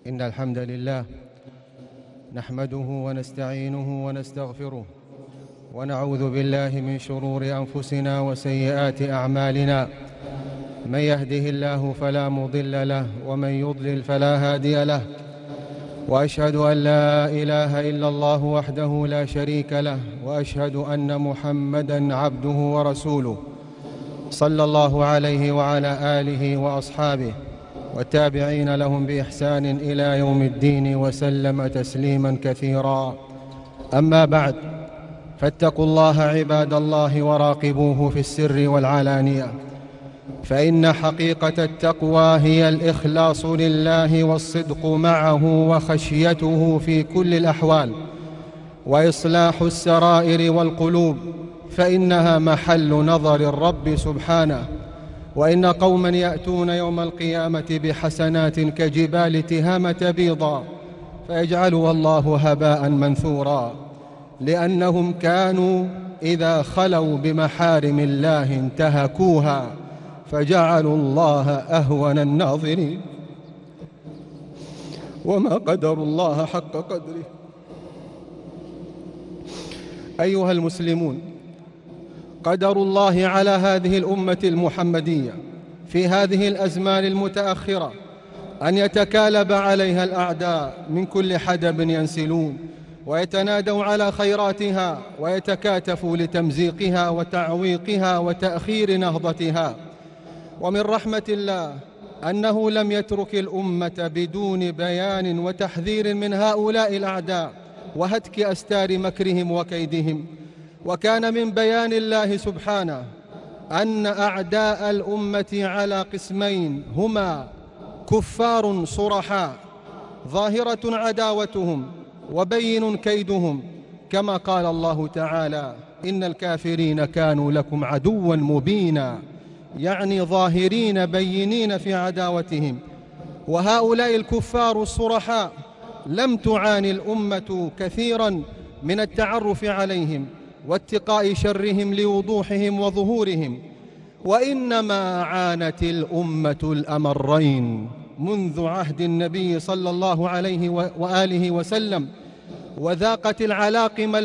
إن الحمد لله نحمده ونستعينه ونستغفره ونعوذ بالله من شرور أنفسنا وسيئات أعمالنا. من يهده الله فلا مضل له ومن يضلل فلا هادي له، وأشهد أن لا إله إلا الله وحده لا شريك له، وأشهد أن محمدًا عبده ورسوله صلى الله عليه وعلى آله وأصحابه والتابعين لهم بإحسان إلى يوم الدين وسلم تسليماً كثيراً. أما بعد، فاتقوا الله عباد الله وراقبوه في السر والعلانية، فإن حقيقة التقوى هي الإخلاص لله والصدق معه وخشيته في كل الأحوال، وإصلاح السرائر والقلوب، فإنها محل نظر الرب سبحانه. وإن قوما يأتون يوم القيامة بحسنات كجبال تهامة بيضاء فيجعلها الله هباء منثورا، لأنهم كانوا إذا خلوا بمحارم الله انتهكوها فجعلوا الله أهون الناظرين، وما قدروا الله حق قدره. أيها المسلمون، قدر الله على هذه الأمة المحمدية في هذه الأزمان المتأخرة أن يتكالب عليها الأعداء من كل حدب ينسلون، ويتنادوا على خيراتها، ويتكاتفوا لتمزيقها وتعويقها وتأخير نهضتها. ومن رحمة الله أنه لم يترك الأمة بدون بيان وتحذير من هؤلاء الأعداء وهتك أستار مكرهم وكيدهم. وكان من بيان الله سبحانه أن أعداء الأمة على قسمين، هما كفار صرحاء ظاهرة عداوتهم وبين كيدهم، كما قال الله تعالى: إن الكافرين كانوا لكم عدوا مبينا، يعني ظاهرين بينين في عداوتهم. وهؤلاء الكفار الصرحاء لم تعاني الأمة كثيرا من التعرف عليهم واتقاء شرهم لوضوحهم وظهورهم، وإنما عانت الأمة الأمرين منذ عهد النبي صلى الله عليه وآله وسلم، وذاقت العلاقم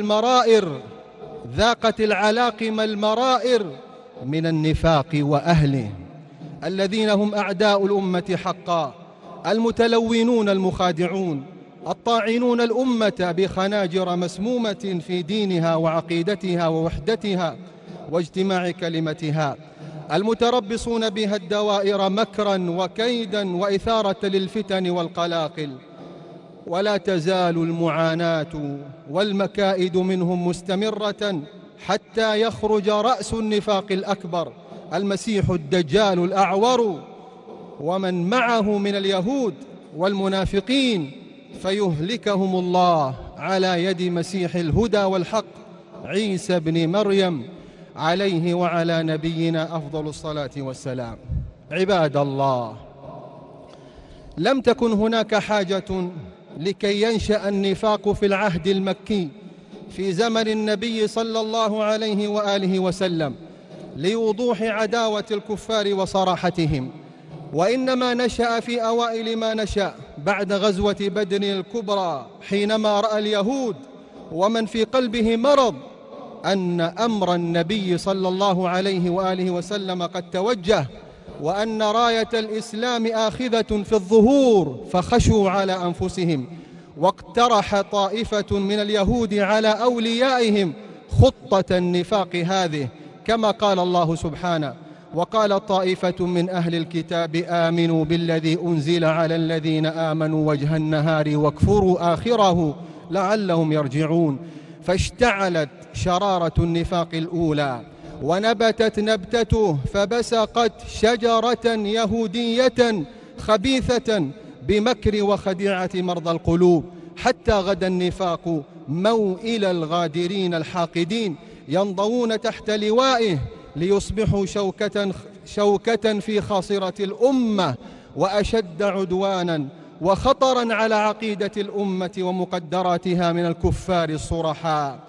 المرائر من النفاق وأهله، الذين هم أعداء الأمة حقا، المتلونون المخادعون، الطاعنون الأمة بخناجر مسمومة في دينها وعقيدتها ووحدتها واجتماع كلمتها، المتربصون بها الدوائر مكرا وكيدا وإثارة للفتن والقلاقل. ولا تزال المعاناة والمكائد منهم مستمرة حتى يخرج رأس النفاق الأكبر المسيح الدجال الأعور ومن معه من اليهود والمنافقين، فيهلكهم الله على يد مسيح الهدى والحق عيسى بن مريم عليه وعلى نبينا أفضل الصلاة والسلام. عباد الله، لم تكن هناك حاجة لكي ينشأ النفاق في العهد المكي في زمن النبي صلى الله عليه وآله وسلم لوضوح عداوة الكفار وصراحتهم، وإنما نشأ في أوائل ما نشأ بعد غزوة بدر الكبرى، حينما رأى اليهود ومن في قلبه مرض أن أمر النبي صلى الله عليه وآله وسلم قد توجه، وأن راية الإسلام آخذة في الظهور، فخشوا على أنفسهم. واقترح طائفة من اليهود على أوليائهم خطة النفاق هذه، كما قال الله سبحانه: وقال طائفة من أهل الكتاب آمنوا بالذي أنزل على الذين آمنوا وجه النهار واكفروا آخره لعلهم يرجعون. فاشتعلت شرارة النفاق الأولى، ونبتت نبتته، فبسقت شجرة يهودية خبيثة بمكر وخديعة مرضى القلوب، حتى غدا النفاق موئل الغادرين الحاقدين ينضوون تحت لوائه ليصبحوا شوكة في خاصرة الأمة، وأشد عدوانا وخطرا على عقيدة الأمة ومقدراتها من الكفار الصرحاء.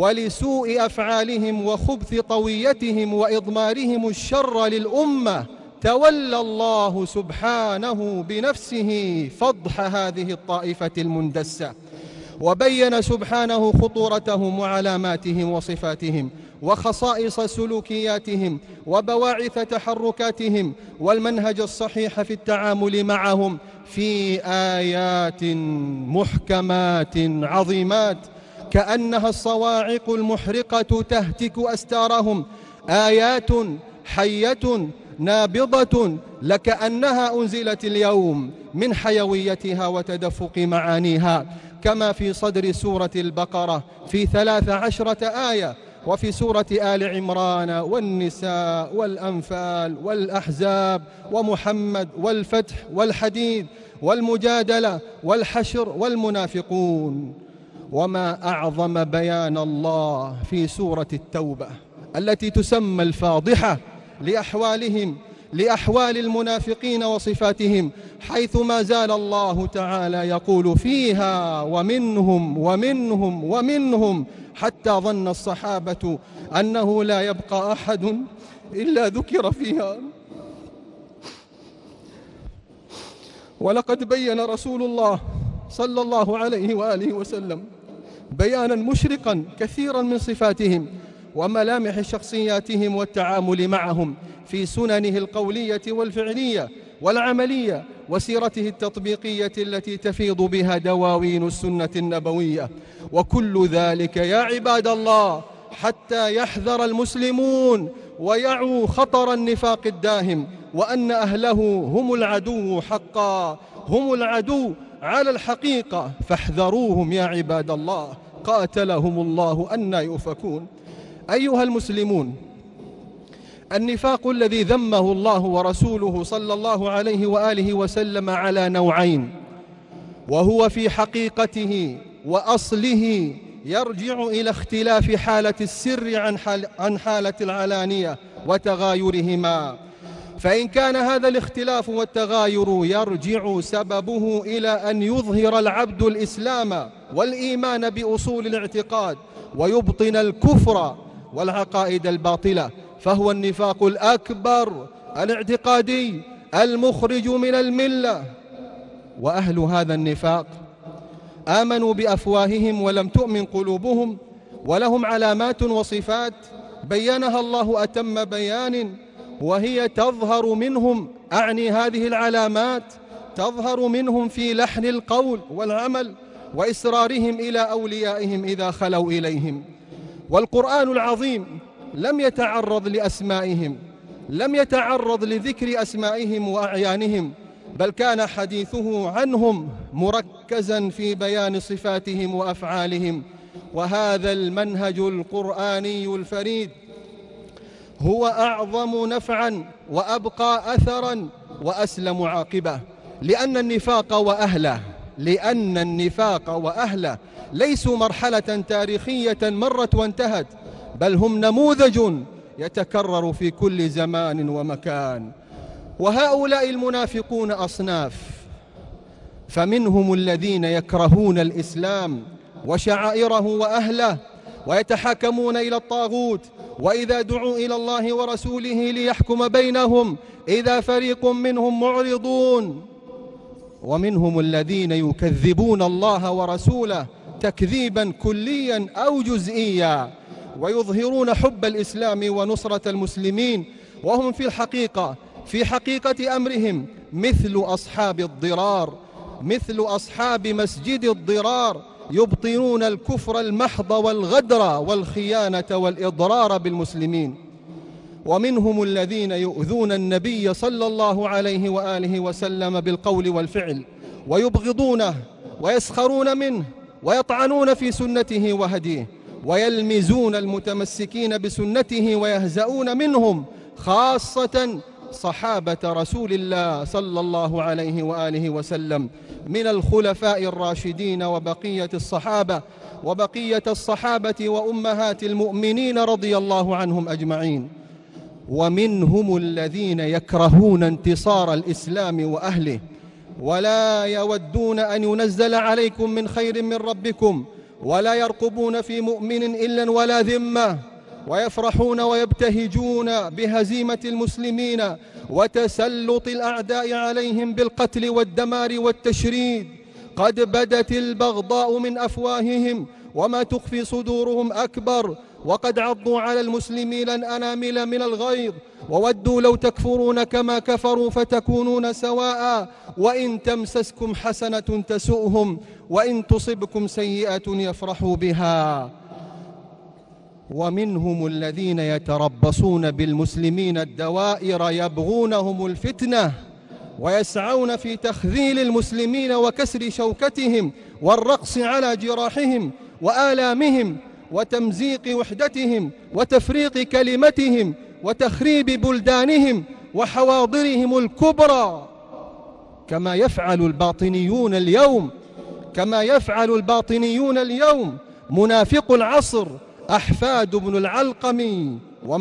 ولسوء أفعالهم وخبث طويتهم وإضمارهم الشر للأمة تولى الله سبحانه بنفسه فضح هذه الطائفة المندسة، وبين سبحانه خطورتهم وعلاماتهم وصفاتهم وخصائص سلوكياتهم وبواعث تحركاتهم والمنهج الصحيح في التعامل معهم في آيات محكمات عظيمات كأنها الصواعق المحرقة تهتك أستارهم، آيات حية نابضة لكأنها أنزلت اليوم من حيويتها وتدفق معانيها، كما في صدر سورة البقرة في 13 آية، وفي سورة آل عمران والنساء والأنفال والأحزاب ومحمد والفتح والحديد والمجادلة والحشر والمنافقون. وما أعظم بيان الله في سورة التوبة التي تسمى الفاضحة لأحوال المنافقين وصفاتهم، حيث ما زال الله تعالى يقول فيها ومنهم ومنهم ومنهم، حتى ظن الصحابة أنه لا يبقى أحد إلا ذكر فيها. ولقد بين رسول الله صلى الله عليه وآله وسلم بيانا مشرقا كثيرا من صفاتهم وملامح شخصياتهم والتعامل معهم في سننه القولية والفعلية والعملية وسيرته التطبيقية التي تفيض بها دواوين السنة النبوية. وكل ذلك يا عباد الله حتى يحذر المسلمون ويعوا خطر النفاق الداهم، وأن أهله هم العدو حقا، هم العدو على الحقيقة، فاحذروهم يا عباد الله قاتلهم الله أنى يؤفكون. أيها المسلمون، النفاق الذي ذمه الله ورسوله صلى الله عليه وآله وسلم على نوعين، وهو في حقيقته وأصله يرجع إلى اختلاف حالة السر عن حالة العلانية وتغايرهما. فإن كان هذا الاختلاف والتغاير يرجع سببه إلى أن يظهر العبد الإسلام والإيمان بأصول الاعتقاد ويبطن الكفر والعقائد الباطلة، فهو النفاق الأكبر الاعتقادي المخرج من الملة. وأهل هذا النفاق آمنوا بأفواههم ولم تؤمن قلوبهم، ولهم علامات وصفات بينها الله أتم بيان، وهي تظهر منهم، أعني هذه العلامات تظهر منهم في لحن القول والعمل وإصرارهم إلى أوليائهم إذا خلوا إليهم. والقرآن العظيم لم يتعرض لأسمائهم، لم يتعرض لذكر أسمائهم وأعيانهم، بل كان حديثه عنهم مركزا في بيان صفاتهم وأفعالهم. وهذا المنهج القرآني الفريد هو أعظم نفعا وأبقى أثرا وأسلم عاقبة، لأن النفاق وأهله ليسوا مرحلة تاريخية مرت وانتهت، بل هم نموذج يتكرر في كل زمان ومكان. وهؤلاء المنافقون أصناف، فمنهم الذين يكرهون الإسلام وشعائره وأهله ويتحاكمون إلى الطاغوت، وإذا دعوا إلى الله ورسوله ليحكم بينهم إذا فريق منهم معرضون. ومنهم الذين يكذبون الله ورسوله تكذيبا كليا أو جزئيا، ويظهرون حب الإسلام ونصرة المسلمين، وهم في حقيقة أمرهم مثل أصحاب الضرار، مثل أصحاب مسجد الضرار، يبطنون الكفر المحض والغدر والخيانة والإضرار بالمسلمين. ومنهم الذين يؤذون النبي صلى الله عليه وآله وسلم بالقول والفعل، ويبغضونه ويسخرون منه ويطعنون في سنته وهديه، ويلمزون المتمسكين بسنته ويهزؤون منهم، خاصة صحابة رسول الله صلى الله عليه وآله وسلم من الخلفاء الراشدين وبقية الصحابة وأمهات المؤمنين رضي الله عنهم أجمعين. ومنهم الذين يكرهون انتصار الإسلام وأهله، ولا يودون أن ينزل عليكم من خير من ربكم، ولا يرقبون في مؤمن إلا ولا ذمة، ويفرحون ويبتهجون بهزيمة المسلمين وتسلط الأعداء عليهم بالقتل والدمار والتشريد. قد بدت البغضاء من أفواههم وما تخفي صدورهم أكبر، وقد عضوا على المسلمين الأنامل من الغيظ، وودوا لو تكفرون كما كفروا فتكونون سواء، وإن تمسسكم حسنة تسؤهم وإن تصبكم سيئة يفرحوا بها. ومنهم الذين يتربصون بالمسلمين الدوائر يبغونهم الفتنة، ويسعون في تخذيل المسلمين وكسر شوكتهم والرقص على جراحهم وآلامهم وتمزيق وحدتهم وتفريق كلمتهم وتخريب بلدانهم وحواضرهم الكبرى، كما يفعل الباطنيون اليوم منافق العصر أحفاد بن العلقمي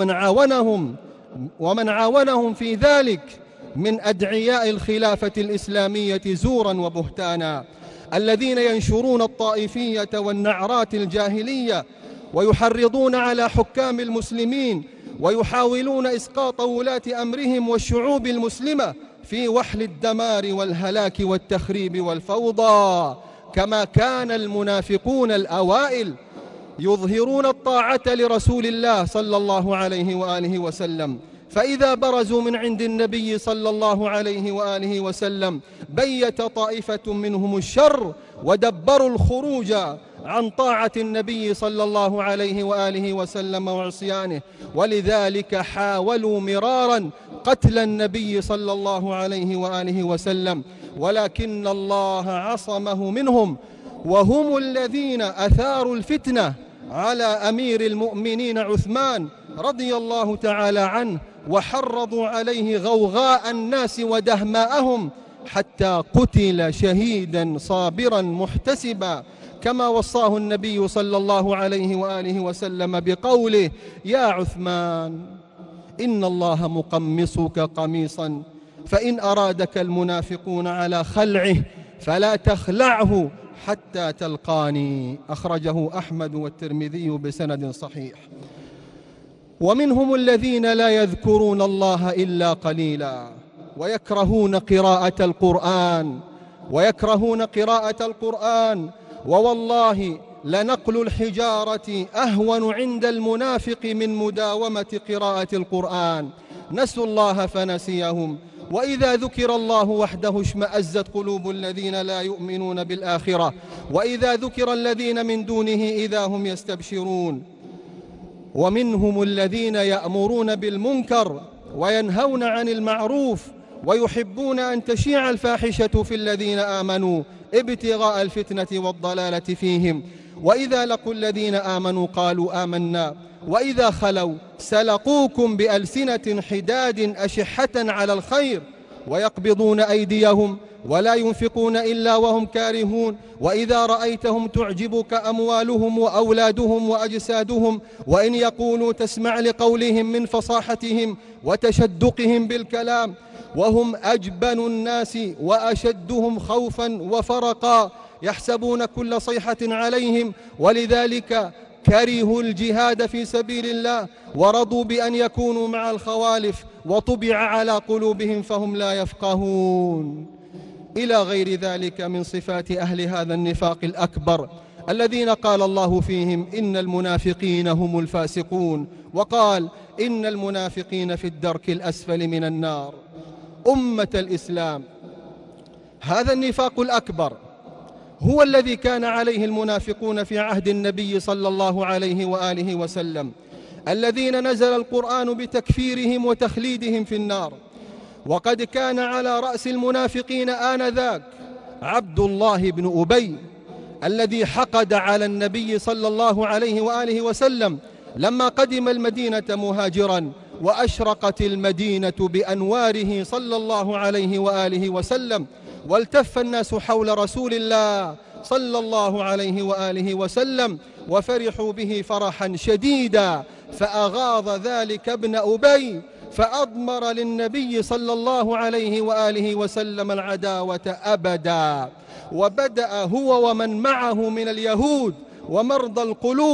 ومن عاونهم في ذلك من أدعياء الخلافة الإسلامية زورا وبهتانا، الذين ينشرون الطائفية والنعرات الجاهلية ويحرضون على حكام المسلمين ويحاولون إسقاط ولاة أمرهم والشعوب المسلمة في وحل الدمار والهلاك والتخريب والفوضى. كما كان المنافقون الأوائل يظهرون الطاعة لرسول الله صلى الله عليه وآله وسلم، فإذا برزوا من عند النبي صلى الله عليه وآله وسلم بيت طائفة منهم الشر ودبروا الخروج عن طاعة النبي صلى الله عليه وآله وسلم وعصيانه، ولذلك حاولوا مرارا قتل النبي صلى الله عليه وآله وسلم، ولكن الله عصمه منهم، وهم الذين أثاروا الفتنة على أمير المؤمنين عثمان رضي الله تعالى عنه، وحرضوا عليه غوغاء الناس ودهماءهم حتى قتل شهيدا صابرا محتسبا، كما وصاه النبي صلى الله عليه وآله وسلم بقوله: يا عثمان إن الله مقمصك قميصا، فإن أرادك المنافقون على خلعه فلا تخلعه حتى تلقاني. أخرجه أحمد والترمذي بسند صحيح. ومنهم الذين لا يذكرون الله إلا قليلا ويكرهون قراءة القرآن، ووالله لنقل الحجارة أهون عند المنافق من مداومة قراءة القرآن. نسوا الله فنسيهم، وإذا ذكر الله وحده اشمأزت قلوب الذين لا يؤمنون بالآخرة، وإذا ذكر الذين من دونه إذا هم يستبشرون. ومنهم الذين يأمرون بالمنكر وينهون عن المعروف ويحبون أن تشيع الفاحشة في الذين آمنوا ابتغاء الفتنة والضلالة فيهم، وإذا لقوا الذين آمنوا قالوا آمنا، وإذا خلوا سلقوكم بألسنة حداد أشحة على الخير، ويقبضون أيديهم ولا ينفقون إلا وهم كارهون، وإذا رأيتهم تعجبك أموالهم وأولادهم وأجسادهم، وإن يقولوا تسمع لقولهم من فصاحتهم وتشدقهم بالكلام، وهم أجبن الناس وأشدهم خوفا وفرقا، يحسبون كل صيحة عليهم، ولذلك كرهوا الجهاد في سبيل الله ورضوا بأن يكونوا مع الخوالف، وطبع على قلوبهم فهم لا يفقهون، إلى غير ذلك من صفات أهل هذا النفاق الأكبر الذين قال الله فيهم: إن المنافقين هم الفاسقون، وقال: إن المنافقين في الدرك الأسفل من النار. أمة الإسلام، هذا النفاق الأكبر هو الذي كان عليه المنافقون في عهد النبي صلى الله عليه وآله وسلم، الذين نزل القرآن بتكفيرهم وتخليدهم في النار. وقد كان على رأس المنافقين آنذاك عبد الله بن أبي، الذي حقد على النبي صلى الله عليه وآله وسلم لما قدم المدينة مهاجرا، وأشرقت المدينة بأنواره صلى الله عليه وآله وسلم، والتف الناس حول رسول الله صلى الله عليه وآله وسلم وفرحوا به فرحا شديدا، فأغاض ذلك ابن أبي فأضمر للنبي صلى الله عليه وآله وسلم العداوة أبدا، وبدأ هو ومن معه من اليهود ومرضى القلوب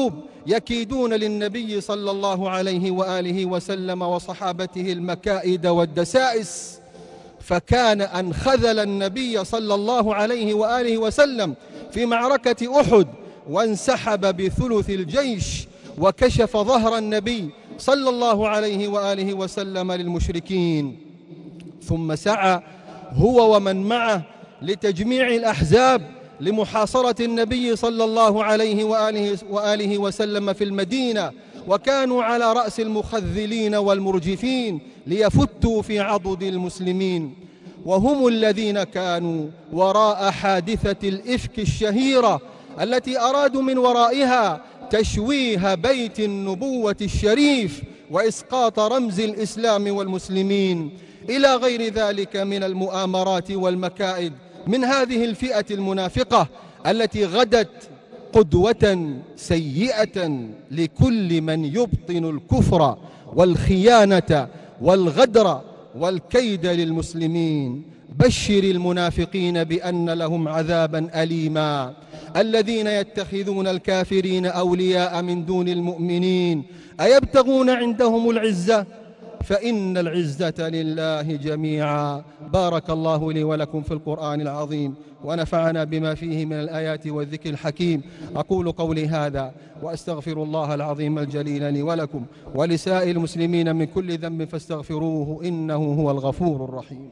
يكيدون للنبي صلى الله عليه وآله وسلم وصحابته المكائد والدسائس، فكان أن خذل النبي صلى الله عليه وآله وسلم في معركة أحد وانسحب بثلث الجيش وكشف ظهر النبي صلى الله عليه وآله وسلم للمشركين، ثم سعى هو ومن معه لتجميع الأحزاب لمحاصرة النبي صلى الله عليه وآله وسلم في المدينة، وكانوا على رأس المخذلين والمرجفين ليفتوا في عضد المسلمين، وهم الذين كانوا وراء حادثة الإفك الشهيرة التي أرادوا من ورائها تشويه بيت النبوة الشريف وإسقاط رمز الإسلام والمسلمين، إلى غير ذلك من المؤامرات والمكائد من هذه الفئة المنافقة التي غدت قدوة سيئة لكل من يبطن الكفر والخيانة والغدر والكيد للمسلمين. بشر المنافقين بأن لهم عذابا أليما، الذين يتخذون الكافرين أولياء من دون المؤمنين أيبتغون عندهم العزة فإن العزة لله جميعا. بارك الله لي ولكم في القرآن العظيم ونفعنا بما فيه من الآيات والذكر الحكيم. أقول قولي هذا وأستغفر الله العظيم الجليل لي ولكم ولسائر المسلمين من كل ذنب فاستغفروه إنه هو الغفور الرحيم.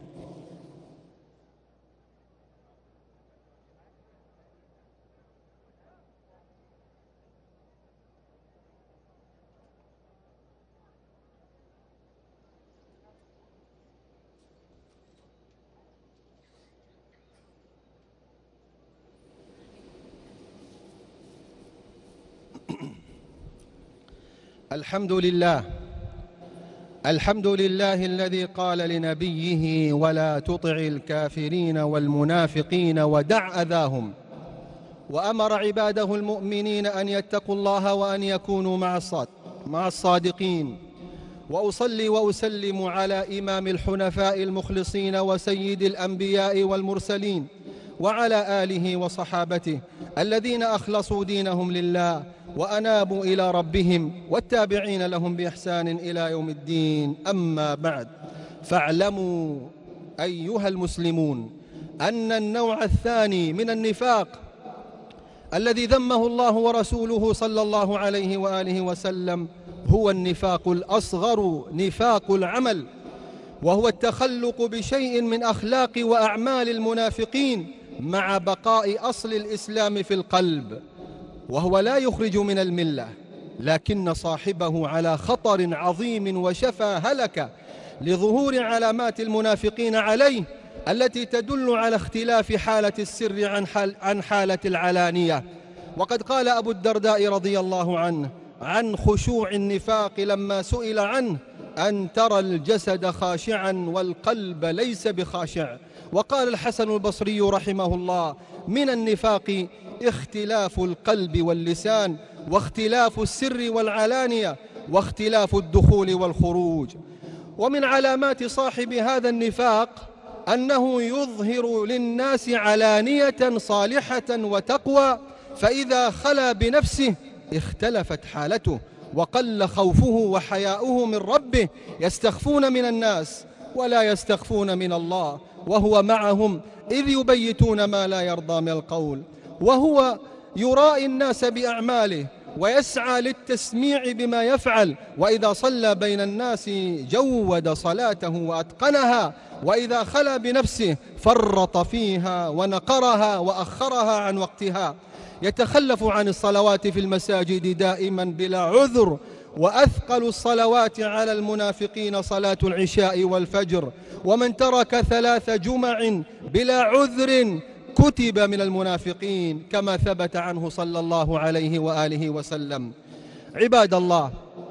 الحمد لله الذي قال لنبيه ولا تطع الكافرين والمنافقين ودع أذاهم، وأمر عباده المؤمنين أن يتقوا الله وأن يكونوا مع الصادقين. وأصلي وأسلم على إمام الحنفاء المخلصين وسيد الأنبياء والمرسلين وعلى آله وصحابته الذين أخلصوا دينهم لله وأنابوا إلى ربهم والتابعين لهم بإحسان إلى يوم الدين. أما بعد، فاعلموا أيها المسلمون أن النوع الثاني من النفاق الذي ذمه الله ورسوله صلى الله عليه وآله وسلم هو النفاق الأصغر، نفاق العمل، وهو التخلق بشيء من أخلاق وأعمال المنافقين مع بقاء أصل الإسلام في القلب، وهو لا يخرج من الملة، لكن صاحبه على خطر عظيم وشفى هلك لظهور علامات المنافقين عليه التي تدل على اختلاف حالة السر عن حالة العلانية. وقد قال أبو الدرداء رضي الله عنه عن خشوع النفاق لما سئل عنه: أن ترى الجسد خاشعا والقلب ليس بخاشع. وقال الحسن البصري رحمه الله: من النفاق اختلاف القلب واللسان، واختلاف السر والعلانية، واختلاف الدخول والخروج. ومن علامات صاحب هذا النفاق أنه يظهر للناس علانية صالحة وتقوى، فإذا خلا بنفسه اختلفت حالته وقل خوفه وحياؤه من ربه، يستخفون من الناس ولا يستخفون من الله، وهو معهم إذ يبيتون ما لا يرضى من القول. وهو يرائي الناس بأعماله ويسعى للتسميع بما يفعل، وإذا صلى بين الناس جود صلاته وأتقنها، وإذا خلا بنفسه فرط فيها ونقرها وأخرها عن وقتها. يتخلف عن الصلوات في المساجد دائما بلا عذر، وأثقل الصلوات على المنافقين صلاة العشاء والفجر، ومن ترك 3 جمع بلا عذر كتب من المنافقين كما ثبت عنه صلى الله عليه وآله وسلم. عباد الله،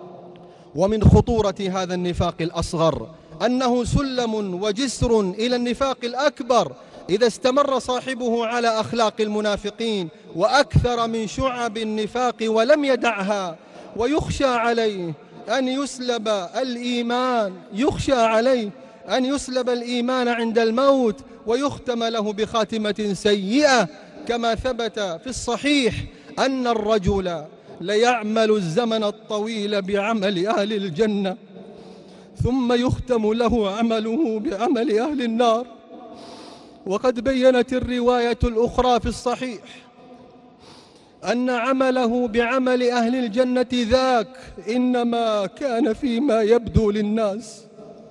ومن خطورة هذا النفاق الأصغر أنه سلم وجسر إلى النفاق الأكبر إذا استمر صاحبه على أخلاق المنافقين وأكثر من شعب النفاق ولم يدعها، ويخشى عليه أن يسلب الإيمان، يخشى عليه أن يسلب الإيمان عند الموت ويختم له بخاتمة سيئة، كما ثبت في الصحيح أن الرجل ليعمل الزمن الطويل بعمل أهل الجنة ثم يختم له عمله بعمل أهل النار. وقد بيّنت الرواية الأخرى في الصحيح أن عمله بعمل أهل الجنة ذاك إنما كان فيما يبدو للناس.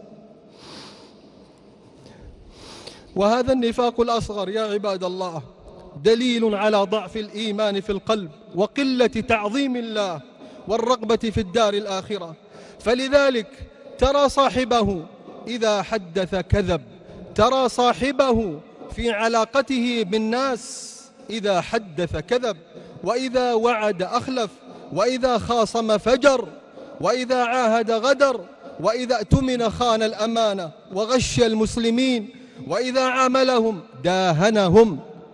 وهذا النفاق الأصغر يا عباد الله دليل على ضعف الإيمان في القلب وقلة تعظيم الله والرغبة في الدار الآخرة. فلذلك ترى صاحبه إذا حدث كذب، ترى صاحبه في علاقته بالناس إذا حدث كذب، وإذا وعد أخلف، وإذا خاصم فجر، وإذا عاهد غدر، وإذا اؤتمن خان الأمانة وغش المسلمين، وإذا عاملهم داهنهم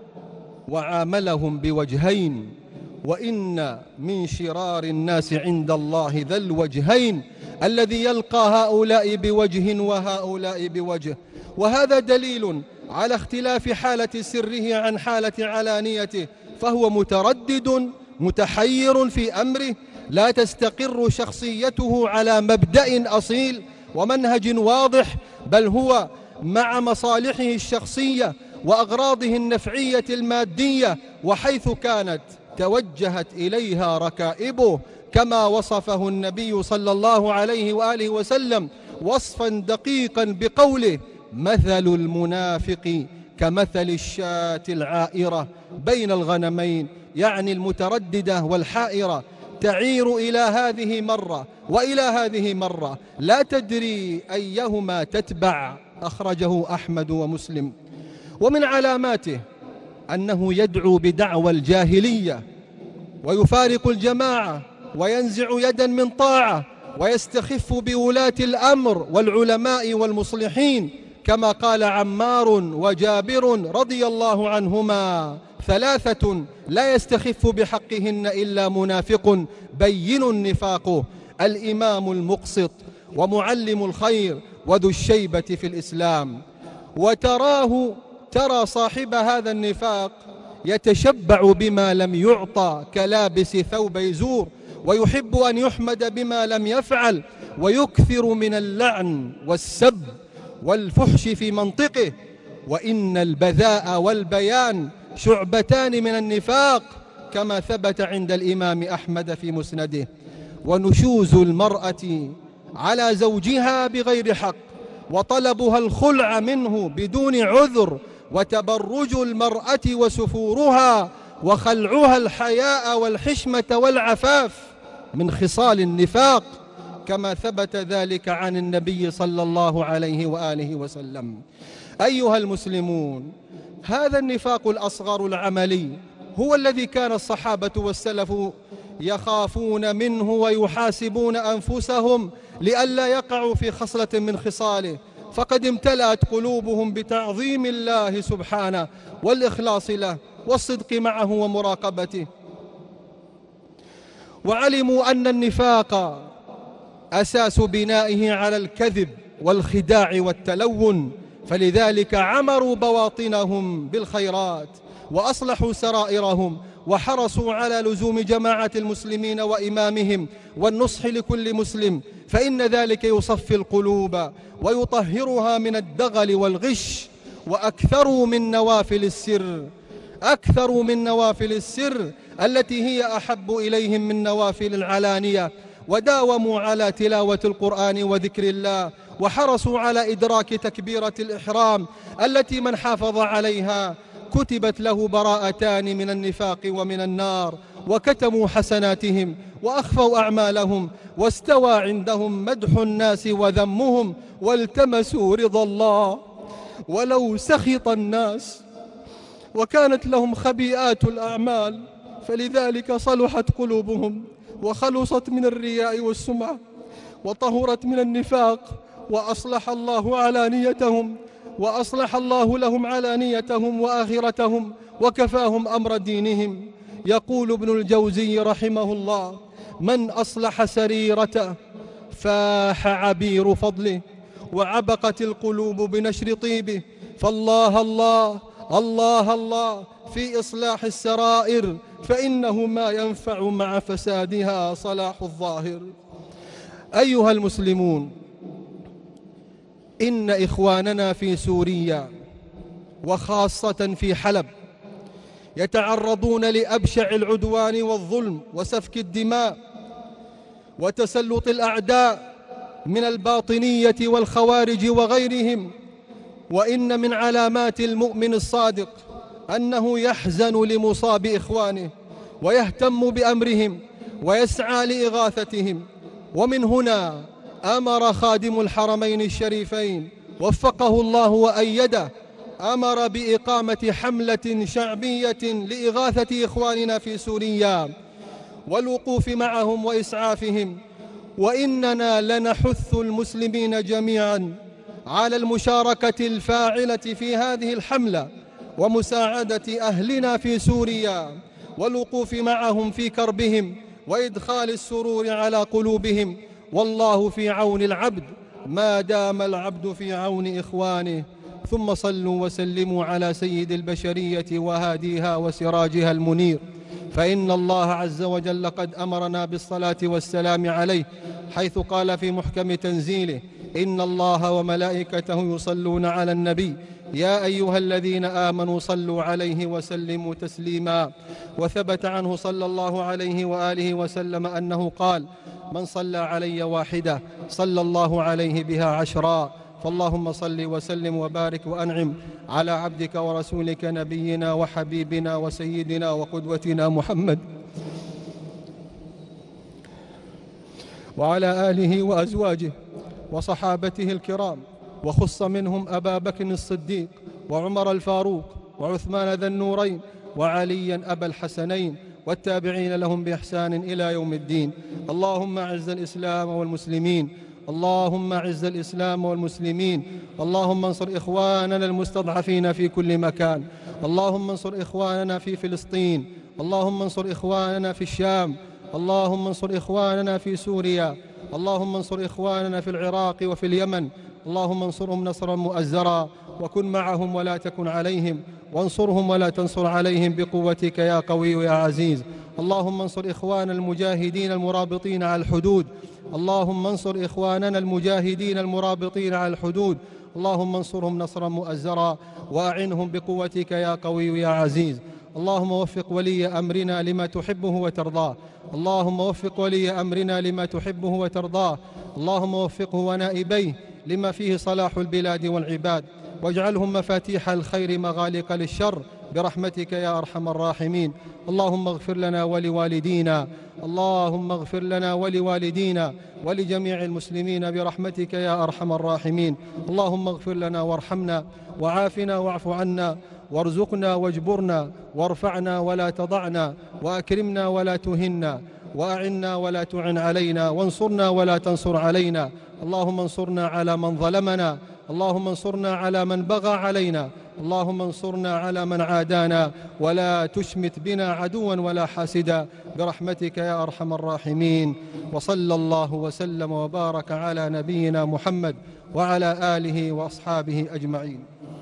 وعاملهم بوجهين. وإن من شرار الناس عند الله ذا الوجهين الذي يلقى هؤلاء بوجه وهؤلاء بوجه. وهذا دليل على اختلاف حالة سره عن حالة علانيته، فهو متردد متحير في أمره، لا تستقر شخصيته على مبدأ أصيل ومنهج واضح، بل هو مع مصالحه الشخصية وأغراضه النفعية المادية، وحيث كانت توجهت إليها ركائبه، كما وصفه النبي صلى الله عليه وآله وسلم وصفا دقيقا بقوله: مثل المنافق كمثل الشاة العائرة بين الغنمين، يعني المترددة والحائرة، تعير إلى هذه مرة وإلى هذه مرة، لا تدري أيهما تتبع. أخرجه أحمد ومسلم. ومن علاماته أنه يدعو بدعوى الجاهلية ويفارق الجماعة وينزع يدا من طاعة ويستخف بولاة الأمر والعلماء والمصلحين، كما قال عمار وجابر رضي الله عنهما: ثلاثة لا يستخف بحقهن إلا منافق بين نفاقه: الإمام المقسط، ومعلم الخير، وذو الشيبة في الإسلام. ترى صاحب هذا النفاق يتشبع بما لم يعطى كلابس ثوبي زور، ويحب أن يحمد بما لم يفعل، ويكثر من اللعن والسب والفحش في منطقه. وإن البذاء والبيان شعبتان من النفاق، كما ثبت عند الإمام أحمد في مسنده. ونشوز المرأة على زوجها بغير حق، وطلبها الخلع منه بدون عذر، وتبرج المرأة وسفورها وخلعها الحياء والحشمة والعفاف من خصال النفاق، كما ثبت ذلك عن النبي صلى الله عليه وآله وسلم. أيها المسلمون، هذا النفاق الأصغر العملي هو الذي كان الصحابة والسلف يخافون منه ويحاسبون أنفسهم لئلا يقعوا في خصلة من خصاله، فقد امتلأت قلوبهم بتعظيم الله سبحانه والإخلاص له والصدق معه ومراقبته. وعلموا أن النفاق أساس بنائه على الكذب والخداع والتلون، فلذلك عمروا بواطنهم بالخيرات وأصلحوا سرائرهم، وحرصوا على لزوم جماعة المسلمين وإمامهم والنصح لكل مسلم، فإن ذلك يصفي القلوب ويطهرها من الدغل والغش. وأكثروا من نوافل السر التي هي أحب إليهم من نوافل العلانية، وداوموا على تلاوة القرآن وذكر الله، وحرصوا على إدراك تكبيرة الإحرام التي من حافظ عليها كتبت له براءتان من النفاق ومن النار. وكتموا حسناتهم وأخفوا أعمالهم، واستوى عندهم مدح الناس وذمهم، والتمسوا رضا الله ولو سخط الناس، وكانت لهم خبيئات الأعمال، فلذلك صلحت قلوبهم وخلصت من الرياء والسمعة، وطهرت من النفاق، وأصلح الله لهم علانيتهم وآخرتهم، وكفاهم أمر دينهم. يقول ابن الجوزي رحمه الله: من أصلح سريرته فاح عبير فضله، وعبقت القلوب بنشر طيبه، فالله الله الله الله في إصلاح السرائر، فإنه ما ينفع مع فسادها صلاح الظاهر. أيها المسلمون، إن إخواننا في سوريا وخاصة في حلب يتعرضون لأبشع العدوان والظلم وسفك الدماء وتسلط الأعداء من الباطنية والخوارج وغيرهم. وإن من علامات المؤمن الصادق أنه يحزن لمصاب إخوانه ويهتم بأمرهم ويسعى لإغاثتهم. ومن هنا أمر خادم الحرمين الشريفين وفقه الله وأيده، أمر بإقامة حملة شعبية لإغاثة إخواننا في سوريا والوقوف معهم وإسعافهم. وإننا لنحث المسلمين جميعا على المشاركة الفاعلة في هذه الحملة ومساعدة أهلنا في سوريا والوقوف معهم في كربهم وإدخال السرور على قلوبهم. والله في عون العبد ما دام العبد في عون إخوانه. ثم صلوا وسلموا على سيد البشرية وهاديها وسراجها المنير، فإن الله عز وجل قد أمرنا بالصلاة والسلام عليه، حيث قال في محكم تنزيله: إن الله وملائكته يصلون على النبي يا أيها الذين آمنوا صلوا عليه وسلموا تسليما. وثبت عنه صلى الله عليه وآله وسلم أنه قال: من صلى علي واحدة صلى الله عليه بها عشرا. فاللهم صل وسلم وبارك وأنعم على عبدك ورسولك نبينا وحبيبنا وسيدنا وقدوتنا محمد وعلى آله وأزواجه وصحابته الكرام، وخص منهم أبا بكر الصديق وعمر الفاروق وعثمان ذا النورين وعليا أبا الحسنين والتابعين لهم بإحسان إلى يوم الدين. اللهم أعز الإسلام والمسلمين، اللهم أعز الإسلام والمسلمين، اللهم انصر إخواننا المستضعفين في كل مكان، اللهم انصر إخواننا في فلسطين، اللهم انصر إخواننا في الشام، اللهم انصر إخواننا في سوريا، اللهم انصر إخواننا في العراق وفي اليمن، اللهم انصرهم نصرا مؤزرا، وكن معهم ولا تكن عليهم، وانصرهم ولا تنصر عليهم بقوتك يا قوي يا عزيز. اللهم انصر إخوان المجاهدين المرابطين على الحدود، اللهم انصر إخواننا المجاهدين المرابطين على الحدود، اللهم انصرهم نصرا مؤزرا وأعنهم بقوتك يا قوي يا عزيز. اللهم وفق ولي أمرنا لما تحبه وترضاه، اللهم وفق ولي أمرنا لما تحبه وترضاه، اللهم وفقه ونائبيه لما فيه صلاح البلاد والعباد، واجعلهم مفاتيح الخير مغالق للشر برحمتك يا أرحم الراحمين. اللهم اغفر لنا ولوالدينا، اللهم اغفر لنا ولوالدينا ولجميع المسلمين برحمتك يا أرحم الراحمين. اللهم اغفر لنا وارحمنا وعافنا واعف عنا وارزقنا واجبرنا وارفعنا ولا تضعنا وأكرمنا ولا تهنا وأعنا ولا تعن علينا وانصرنا ولا تنصر علينا. اللهم انصرنا على من ظلمنا، اللهم انصرنا على من بغى علينا، اللهم انصرنا على من عادانا، ولا تشمت بنا عدوا ولا حاسدا برحمتك يا أرحم الراحمين. وصلى الله وسلم وبارك على نبينا محمد وعلى آله وأصحابه أجمعين.